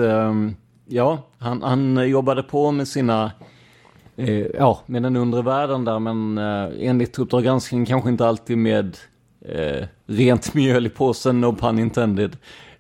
han jobbade på med sina med den undre världen där, men enligt Uppdrag granskning kanske inte alltid med rent mjöl i påsen, no pun intended.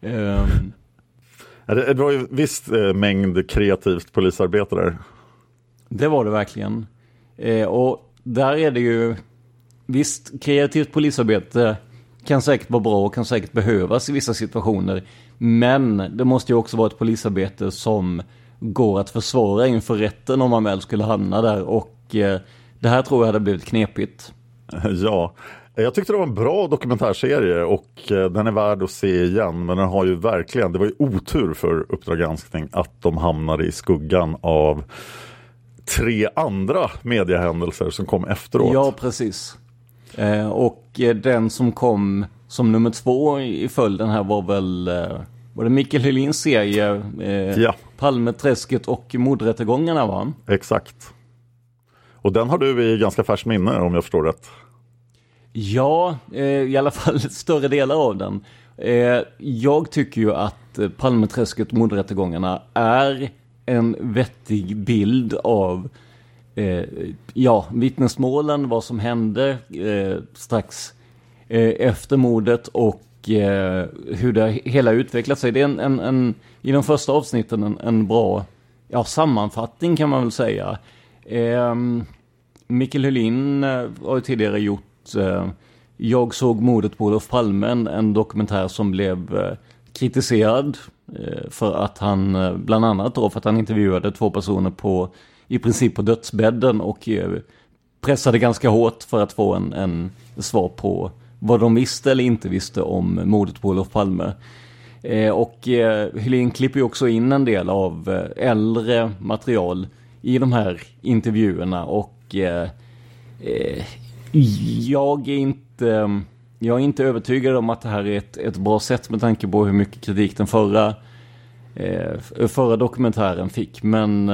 Det var ju visst mängd kreativt polisarbete där. Det var det verkligen. Och där är det ju visst, kreativt polisarbete kan säkert vara bra och kan säkert behövas i vissa situationer, men det måste ju också vara ett polisarbete som går att försvara inför rätten om man väl skulle hamna där, och det här tror jag hade blivit knepigt. Ja, jag tyckte det var en bra dokumentärserie och den är värd att se igen, men den har ju verkligen, det var ju otur för Uppdrag granskning att de hamnade i skuggan av 3 andra mediehändelser som kom efteråt. Ja, precis. Och den som kom som nummer 2 i följden här var det Mikael Helins serie Palmeträsket och mordrättegångarna, va? Exakt. Och den har du i ganska färskt minne, om jag förstår rätt. Ja, i alla fall större delar av den. Jag tycker ju att Palmeträsket och mordrättegångarna är en vettig bild av vittnesmålen, vad som hände strax efter mordet och hur det hela utvecklat sig. Det är en i de första avsnitten en bra sammanfattning, kan man väl säga. Mikael Helin har ju tidigare gjort Jag såg mordet på Olof Palme, en dokumentär som blev kritiserad för att han bland annat då för att han intervjuade 2 personer i princip på dödsbädden och pressade ganska hårt för att få en svar på vad de visste eller inte visste om mordet på Olof Palme. Och Helin klipper ju också in en del av äldre material i de här intervjuerna, och jag är inte övertygad om att det här är ett bra sätt med tanke på hur mycket kritik den förra dokumentären fick. Men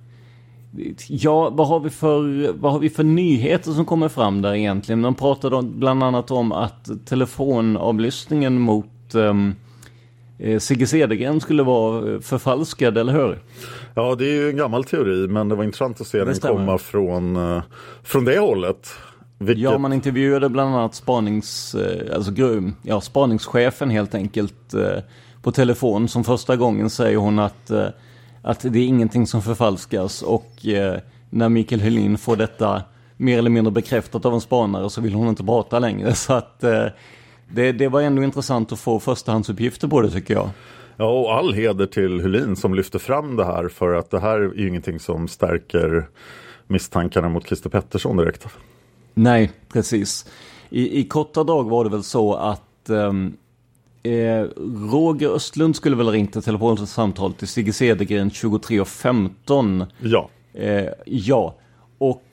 vad har vi för nyheter som kommer fram där egentligen? De pratade bland annat om att telefonavlyssningen mot Sigge Cedergren skulle vara förfalskad, eller hur? Ja, det är ju en gammal teori, men det var intressant att se den komma från det hållet. Ja, man intervjuade bland annat spaningschefen helt enkelt på telefon. Som första gången säger hon att det är ingenting som förfalskas, och när Mikael Helin får detta mer eller mindre bekräftat av en spanare så vill hon inte prata längre. Så att det var ändå intressant att få förstahandsuppgifter på det, tycker jag. Ja, och all heder till Helin som lyfter fram det här, för att det här är ju ingenting som stärker misstankarna mot Christer Pettersson direkt. Nej, precis. I korta drag var det väl så att Roger Östlund skulle väl ha ringt ett telefonsamtal till Sigge Cedergren 23:15. Ja. Ja, och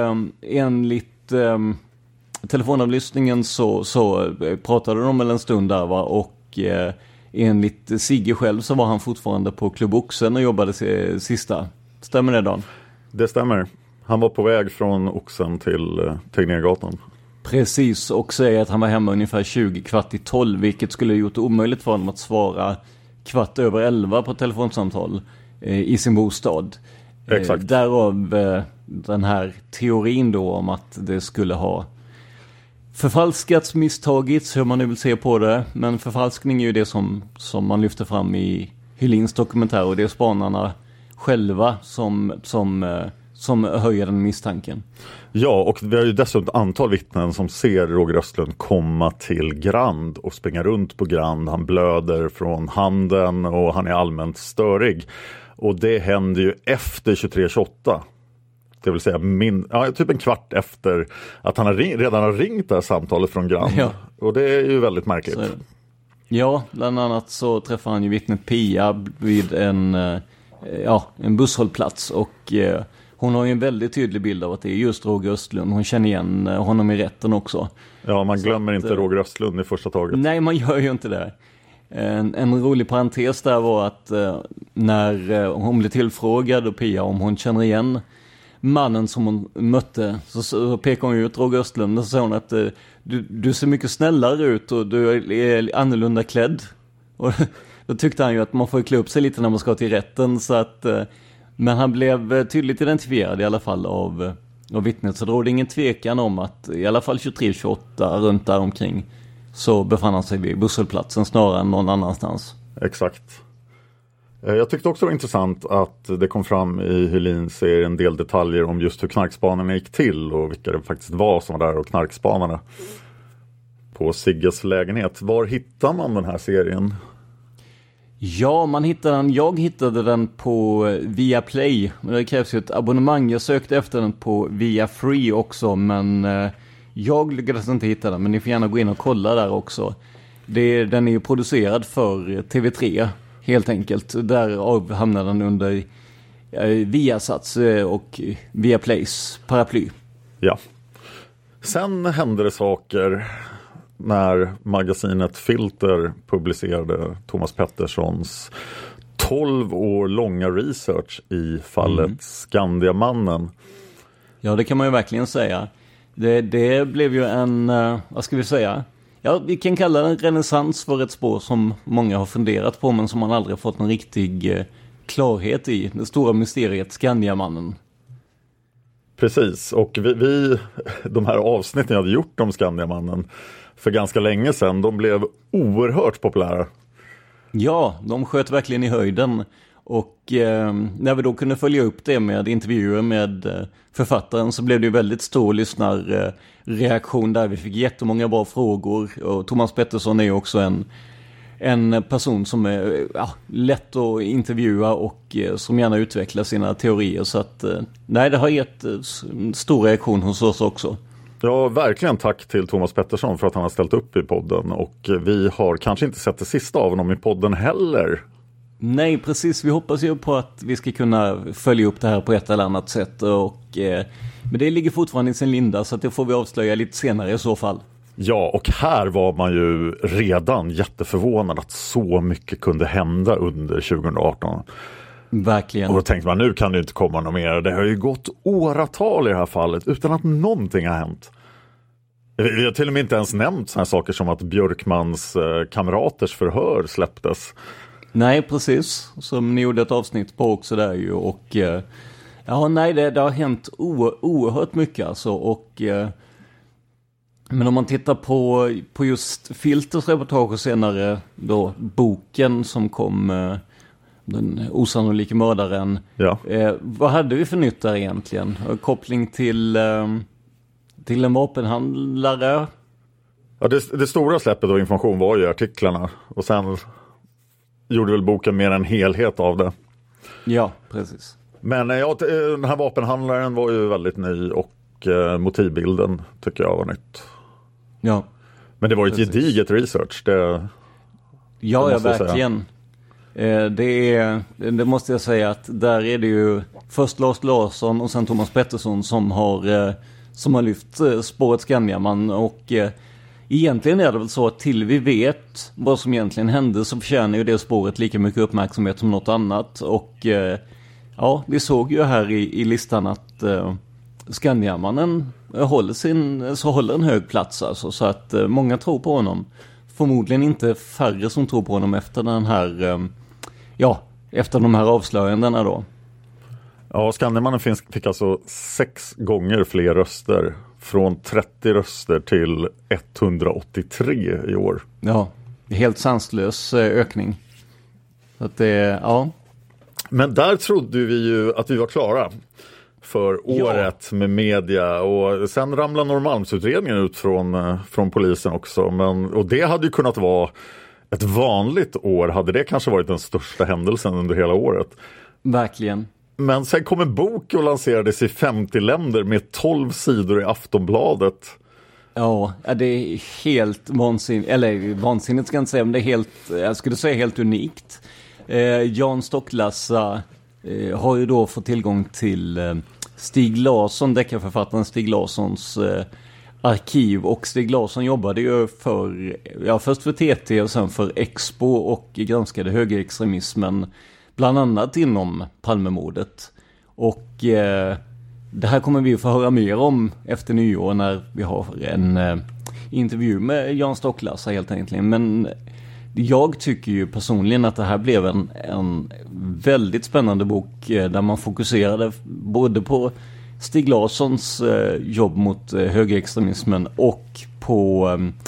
enligt telefonavlyssningen så pratade de väl en stund där, va? Och enligt Sigge själv så var han fortfarande på Klubb Oxen och jobbade sista. Stämmer det, Dan? Det stämmer. Han var på väg från Oxen till Tegnérgatan. Precis, och säger att han var hemma ungefär 20:15, vilket skulle ha gjort det omöjligt för honom att svara 11:15 på telefonsamtal i sin bostad. Exakt. Därav den här teorin då om att det skulle ha förfalskats, misstagits, hur man nu vill se på det. Men förfalskning är ju det som man lyfter fram i Hylins dokumentär, och det är spanarna själva som höjer den misstanken. Ja, och vi har ju dessutom ett antal vittnen som ser Roger Östlund komma till Grand och springa runt på Grand. Han blöder från handen och han är allmänt störig. Och det händer ju efter 23:28. Det vill säga typ en kvart efter att han redan har ringt det här samtalet från Grand. Ja. Och det är ju väldigt märkligt. Ja, bland annat så träffar han ju vittnet Pia vid en busshållplats, och hon har ju en väldigt tydlig bild av att det är just Roger Östlund. Hon känner igen honom i rätten också. Ja, man glömmer inte Roger Östlund i första taget. Nej, man gör ju inte det. En rolig parentes där var att när hon blev tillfrågad och Pia om hon känner igen mannen som hon mötte, så pekade hon ut Roger Östlund och så sa hon att du ser mycket snällare ut och du är annorlunda klädd. Och då tyckte han ju att man får klä upp sig lite när man ska till rätten, så att men han blev tydligt identifierad i alla fall av vittnet, så det rådde ingen tvekan om att i alla fall 23:28 runt där omkring så befann han sig vid busshållplatsen snarare än någon annanstans. Exakt. Jag tyckte också det var intressant att det kom fram i Hylins serie en del detaljer om just hur knarkspanarna gick till och vilka det faktiskt var som var där och knarkspanarna på Sigges lägenhet. Var hittar man den här serien? Ja, jag hittade den på Viaplay, men det krävs ju ett abonnemang. Jag sökte efter den på Viafree också, men jag lyckades inte hitta den. Men ni får gärna gå in och kolla där också. Den är ju producerad för TV3 helt enkelt. Där hamnar den under Viasats och Viaplays paraply. Ja. Sen hände det saker när magasinet Filter publicerade Thomas Petterssons 12 år långa research i fallet Skandiamannen. Ja, det kan man ju verkligen säga. Det blev ju en, vad ska vi säga? Ja, vi kan kalla det en renässans för ett spår som många har funderat på, men som man aldrig har fått en riktig klarhet i. Det stora mysteriet Skandiamannen. Precis, och vi de här avsnitten jag hade gjort om Skandiamannen för ganska länge sedan, de blev oerhört populära. Ja, de sköt verkligen i höjden. Och när vi då kunde följa upp det med intervjuer med författaren, så blev det ju väldigt stor lyssnarreaktion där. Vi fick jättemånga bra frågor, och Thomas Pettersson är ju också en person som är lätt att intervjua och som gärna utvecklar sina teorier. Så att det har gett stor reaktion hos oss också. Ja, verkligen tack till Thomas Pettersson för att han har ställt upp i podden. Och vi har kanske inte sett det sista av honom i podden heller. Nej, precis. Vi hoppas ju på att vi ska kunna följa upp det här på ett eller annat sätt. Men det ligger fortfarande i sin linda, så att det får vi avslöja lite senare i så fall. Ja, och här var man ju redan jätteförvånad att så mycket kunde hända under 2018. Verkligen. Och då tänkte man, nu kan det inte komma något mer. Det har ju gått åratal i det här fallet utan att någonting har hänt. Vi har till och med inte ens nämnt såna här saker som att Björkmans kamraters förhör släpptes. Nej, precis. Som ni gjorde ett avsnitt på också där ju. Och det har hänt oerhört mycket alltså. Och men om man tittar på just Filters reportage senare då, boken som kom, Den osannolika mördaren. Ja. Vad hade vi för nytt där egentligen? Koppling till en vapenhandlare? Ja, det stora släppet av information var ju artiklarna. Och sen gjorde väl boken mer en helhet av det. Ja, precis. Men den här vapenhandlaren var ju väldigt ny, och motivbilden tycker jag var nytt. Ja. Men det var ju ett gediget research. Ja, verkligen. Det måste jag säga att där är det ju först Lars Larsson och sen Thomas Pettersson som har lyft spåret Skandiaman. Och egentligen är det väl så att till vi vet vad som egentligen hände så förtjänar ju det spåret lika mycket uppmärksamhet som något annat. Och ja, vi såg ju här i listan att Skandiamannen håller en hög plats alltså, så att många tror på honom. Förmodligen inte färre som tror på honom efter den här efter de här avslöjandena då. Ja, Skandiamannen fick alltså 6 gånger fler röster, från 30 röster till 183 i år. Ja, helt sanslös ökning. Så att Men där trodde vi ju att vi var klara för året med media, och sen ramlade Norrmalmsutredningen ut från polisen också, och det hade ju kunnat vara ett vanligt år, hade det kanske varit den största händelsen under hela året. Verkligen. Men sen kom en bok och lanserades i 50 länder med 12 sidor i Aftonbladet. Ja, det är helt vansinnigt, eller vansinnigt ska jag inte säga, men det är helt, jag skulle säga helt unikt. Jan Stocklassa har ju då fått tillgång till Stig Larsson, deckarförfattaren Stig Larssons arkiv, och Stig Larsson jobbade ju först för TT och sen för Expo och granskade högerextremismen bland annat inom Palmemordet. Och det här kommer vi få höra mer om efter nyår när vi har en intervju med Jan Stocklassa helt enkelt. Men jag tycker ju personligen att det här blev en väldigt spännande bok där man fokuserade både på Stig Larssons jobb mot högerextremismen och på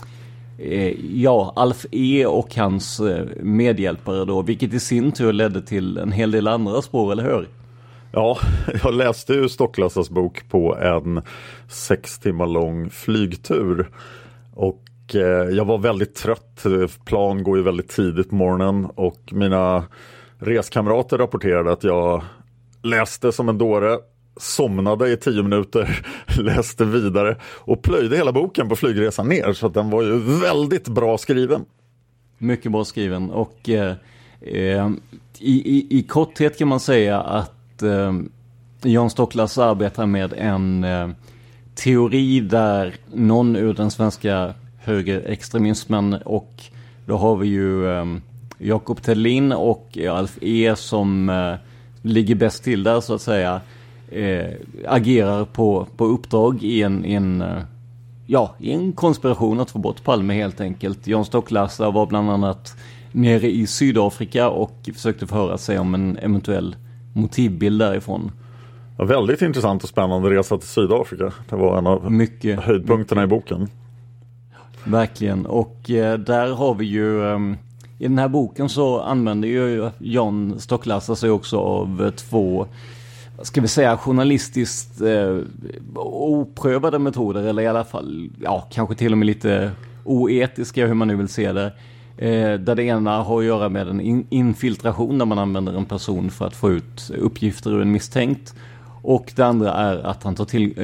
Alf E och hans medhjälpare då, vilket i sin tur ledde till en hel del andra spår, eller hur? Ja, jag läste ju Stocklassas bok på en 6 timmar lång flygtur, och jag var väldigt trött. Plan går ju väldigt tidigt på morgonen, och mina reskamrater rapporterade att jag läste som en dåre, somnade i 10 minuter, läste vidare och plöjde hela boken på flygresan ner, så att den var ju väldigt bra skriven. Mycket bra skriven, och i korthet kan man säga att Jan Stocklas arbetar med en teori där någon ur den svenska högerextremismen, och då har vi ju Jakob Tellin och Alf E som ligger bäst till där så att säga, agerar på uppdrag i en konspiration att få bort Palme helt enkelt. Jan Stocklassa var bland annat nere i Sydafrika och försökte förhöra sig om en eventuell motivbild därifrån. Ja, väldigt intressant och spännande resa till Sydafrika. Det var en av höjdpunkterna i boken. Verkligen, och där har vi ju i den här boken så använder ju Jan Stocklassa sig också av 2, ska vi säga, journalistiskt oprövade metoder, eller i alla fall kanske till och med lite oetiska, hur man nu vill se det. Där det ena har att göra med en infiltration där man använder en person för att få ut uppgifter ur en misstänkt, och det andra är att han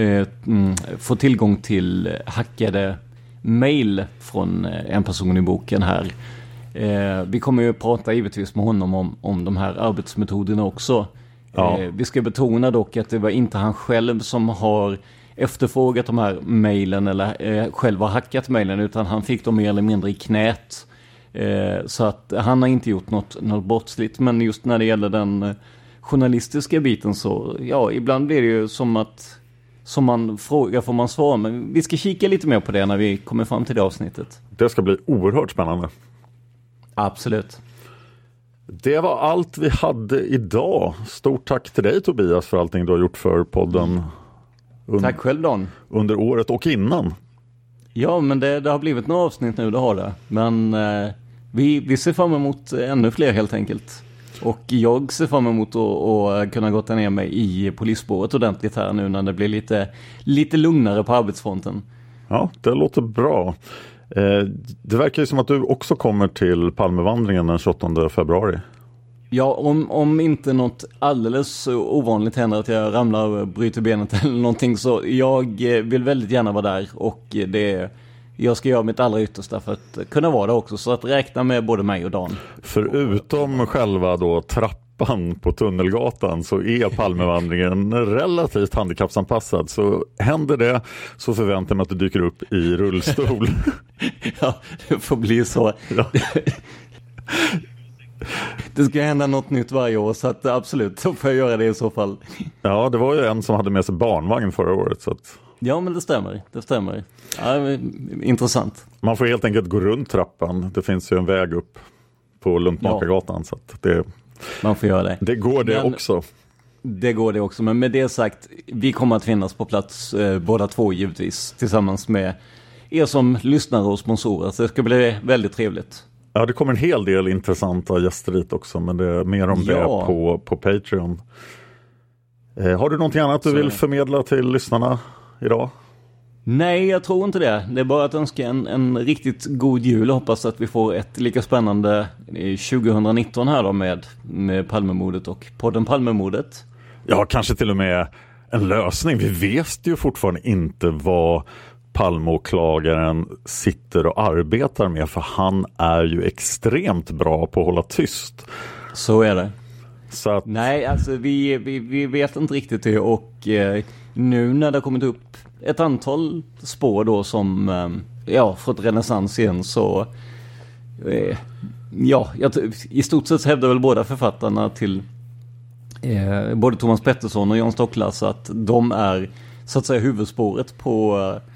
får tillgång till hackade mail från en person i boken här. Vi kommer ju prata givetvis med honom om de här arbetsmetoderna också. Ja. Vi ska betona dock att det var inte han själv som har efterfrågat de här mailen eller själv har hackat mailen, utan han fick dem mer eller mindre i knät. Så att han har inte gjort något brottsligt, men just när det gäller den journalistiska biten så ibland blir det ju som man frågar får man svara, men vi ska kika lite mer på det när vi kommer fram till det avsnittet. Det ska bli oerhört spännande. Absolut. Det var allt vi hade idag. Stort tack till dig, Tobias, för allting du har gjort för podden. Tack själv, Dan. Under året och innan. Ja, men det har blivit några avsnitt nu, det har det. Men vi ser fram emot ännu fler helt enkelt. Och jag ser fram emot att kunna gotta ner mig i polisspåret ordentligt här nu när det blir lite lugnare på arbetsfronten. Ja, det låter bra. Det verkar ju som att du också kommer till Palmevandringen den 28 februari. Ja, om inte något alldeles ovanligt händer, att jag ramlar och bryter benet eller någonting, så jag vill väldigt gärna vara där, och jag ska göra mitt allra yttersta för att kunna vara det också. Så att räkna med både mig och Dan. Förutom själva då trappan på Tunnelgatan så är Palmevandringen relativt handikappsanpassad. Så händer det så förväntar man att du dyker upp i rullstol. Ja, det får bli så. Ja. Det ska hända något nytt varje år, så att absolut, så får jag göra det i så fall. Ja, det var ju en som hade med sig barnvagn förra året. Så att... Ja, men det stämmer. Ja, intressant. Man får helt enkelt gå runt trappan. Det finns ju en väg upp på Luntmakargatan. Så att det... Man får göra det. Det går det men, också. Det går det också, men med det sagt, vi kommer att finnas på plats båda två givetvis, tillsammans med er som lyssnar och sponsorer. Så det ska bli väldigt trevligt. Ja, det kommer en hel del intressanta gäster dit också, men det är mer om det på Patreon. Har du någonting annat du vill förmedla till lyssnarna idag? Nej, jag tror inte det. Det är bara att önska en riktigt god jul och hoppas att vi får ett lika spännande 2019 här då med Palmemordet och podden Palmemordet. Ja, kanske till och med en lösning. Vi vet ju fortfarande inte vad Palmeåklagaren sitter och arbetar med, för han är ju extremt bra på att hålla tyst. Så är det. Så att... Nej, alltså vi vet inte riktigt det, och nu när det har kommit upp ett antal spår då som fått renässans igen, så i stort sett hävdar väl båda författarna till både Thomas Pettersson och Jan Stocklas att de är så att säga huvudspåret på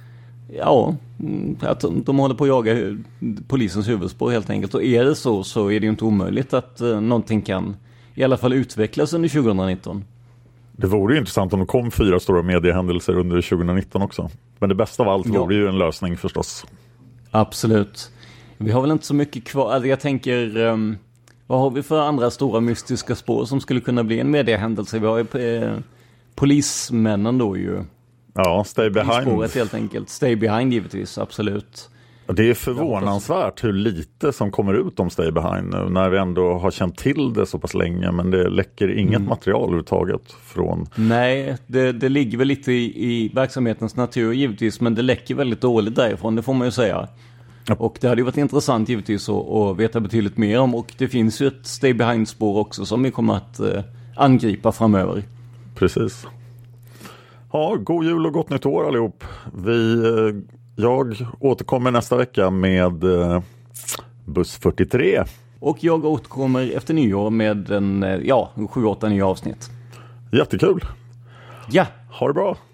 att de håller på att jaga polisens huvudspår helt enkelt. Och är det så är det ju inte omöjligt att någonting kan i alla fall utvecklas under 2019. Det vore ju intressant om det kom 4 stora mediehändelser under 2019 också. Men det bästa av allt vore ju en lösning förstås. Absolut. Vi har väl inte så mycket kvar. Alltså jag tänker, vad har vi för andra stora mystiska spår som skulle kunna bli en mediehändelse? Vi har ju polismännen då ju. Ja, Stay Behind. Spåret helt enkelt. Stay Behind givetvis, absolut. Det är förvånansvärt hur lite som kommer ut om Stay Behind nu, när vi ändå har känt till det så pass länge, men det läcker inget material överhuvudtaget från... Nej, det ligger väl lite i verksamhetens natur givetvis, men det läcker väldigt dåligt därifrån, det får man ju säga. Ja. Och det hade ju varit intressant givetvis att veta betydligt mer om, och det finns ju ett Stay Behind-spår också som vi kommer att angripa framöver. Precis. Ja, god jul och gott nytt år allihop. Jag återkommer nästa vecka med Buss 43. Och jag återkommer efter nyår med 7-8 nya avsnitt. Jättekul. Ja. Ha det bra.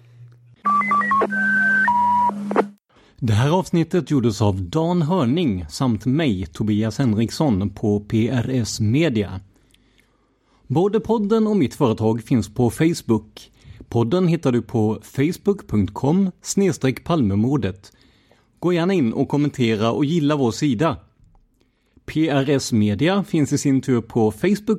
Det här avsnittet gjordes av Dan Hörning samt mig, Tobias Henriksson, på PRS Media. Både podden och mitt företag finns på Facebook. Podden hittar du på facebook.com/Palmemordet. Gå gärna in och kommentera och gilla vår sida. PRS Media finns i sin tur på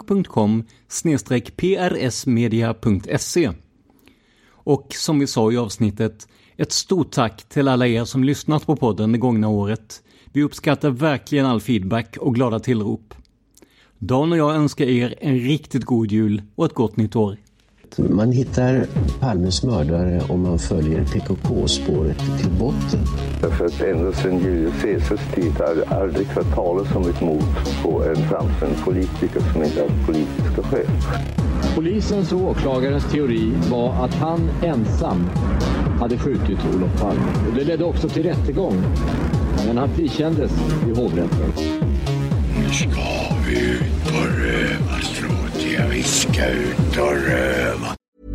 facebook.com/prsmedia.se. Och som vi sa i avsnittet, ett stort tack till alla er som lyssnat på podden det gångna året. Vi uppskattar verkligen all feedback och glada tillrop. Dan och jag önskar er en riktigt god jul och ett gott nytt år. Man hittar Palmes mördare om man följer PKK-spåret till botten. Därför att ända sedan Julius Caesars tid har det aldrig hört talas om ett mord på en framstående politiker som inte har politiska skäl. Polisens och åklagarens teori var att han ensam hade skjutit Olof Palme. Och det ledde också till rättegång. Men han frikändes i hovrätten. Nu ska vi ut på rövarstråt. Vi ska ut och röva.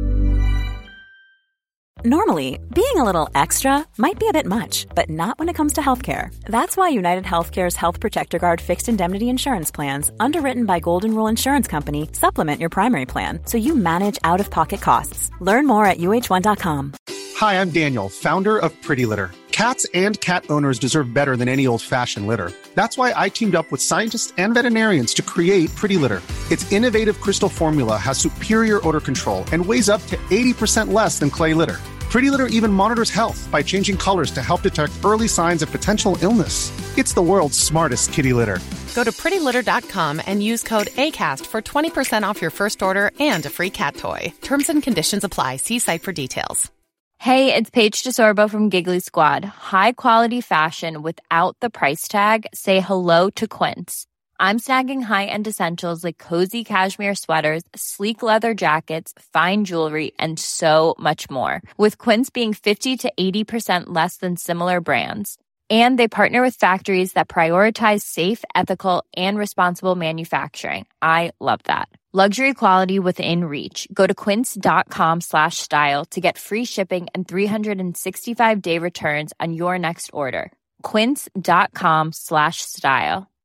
Normally, being a little extra might be a bit much, but not when it comes to healthcare. That's why United Healthcare's Health Protector Guard fixed indemnity insurance plans, underwritten by Golden Rule Insurance Company, supplement your primary plan so you manage out-of-pocket costs. Learn more at uh1.com. Hi, I'm Daniel, founder of Pretty Litter. Cats and cat owners deserve better than any old-fashioned litter. That's why I teamed up with scientists and veterinarians to create Pretty Litter. Its innovative crystal formula has superior odor control and weighs up to 80% less than clay litter. Pretty Litter even monitors health by changing colors to help detect early signs of potential illness. It's the world's smartest kitty litter. Go to prettylitter.com and use code ACAST for 20% off your first order and a free cat toy. Terms and conditions apply. See site for details. Hey, it's Paige DeSorbo from Giggly Squad. High quality fashion without the price tag. Say hello to Quince. I'm snagging high-end essentials like cozy cashmere sweaters, sleek leather jackets, fine jewelry, and so much more. With Quince being 50 to 80% less than similar brands. And they partner with factories that prioritize safe, ethical, and responsible manufacturing. I love that. Luxury quality within reach. Go to quince.com/style to get free shipping and 365-day returns on your next order. Quince.com/style.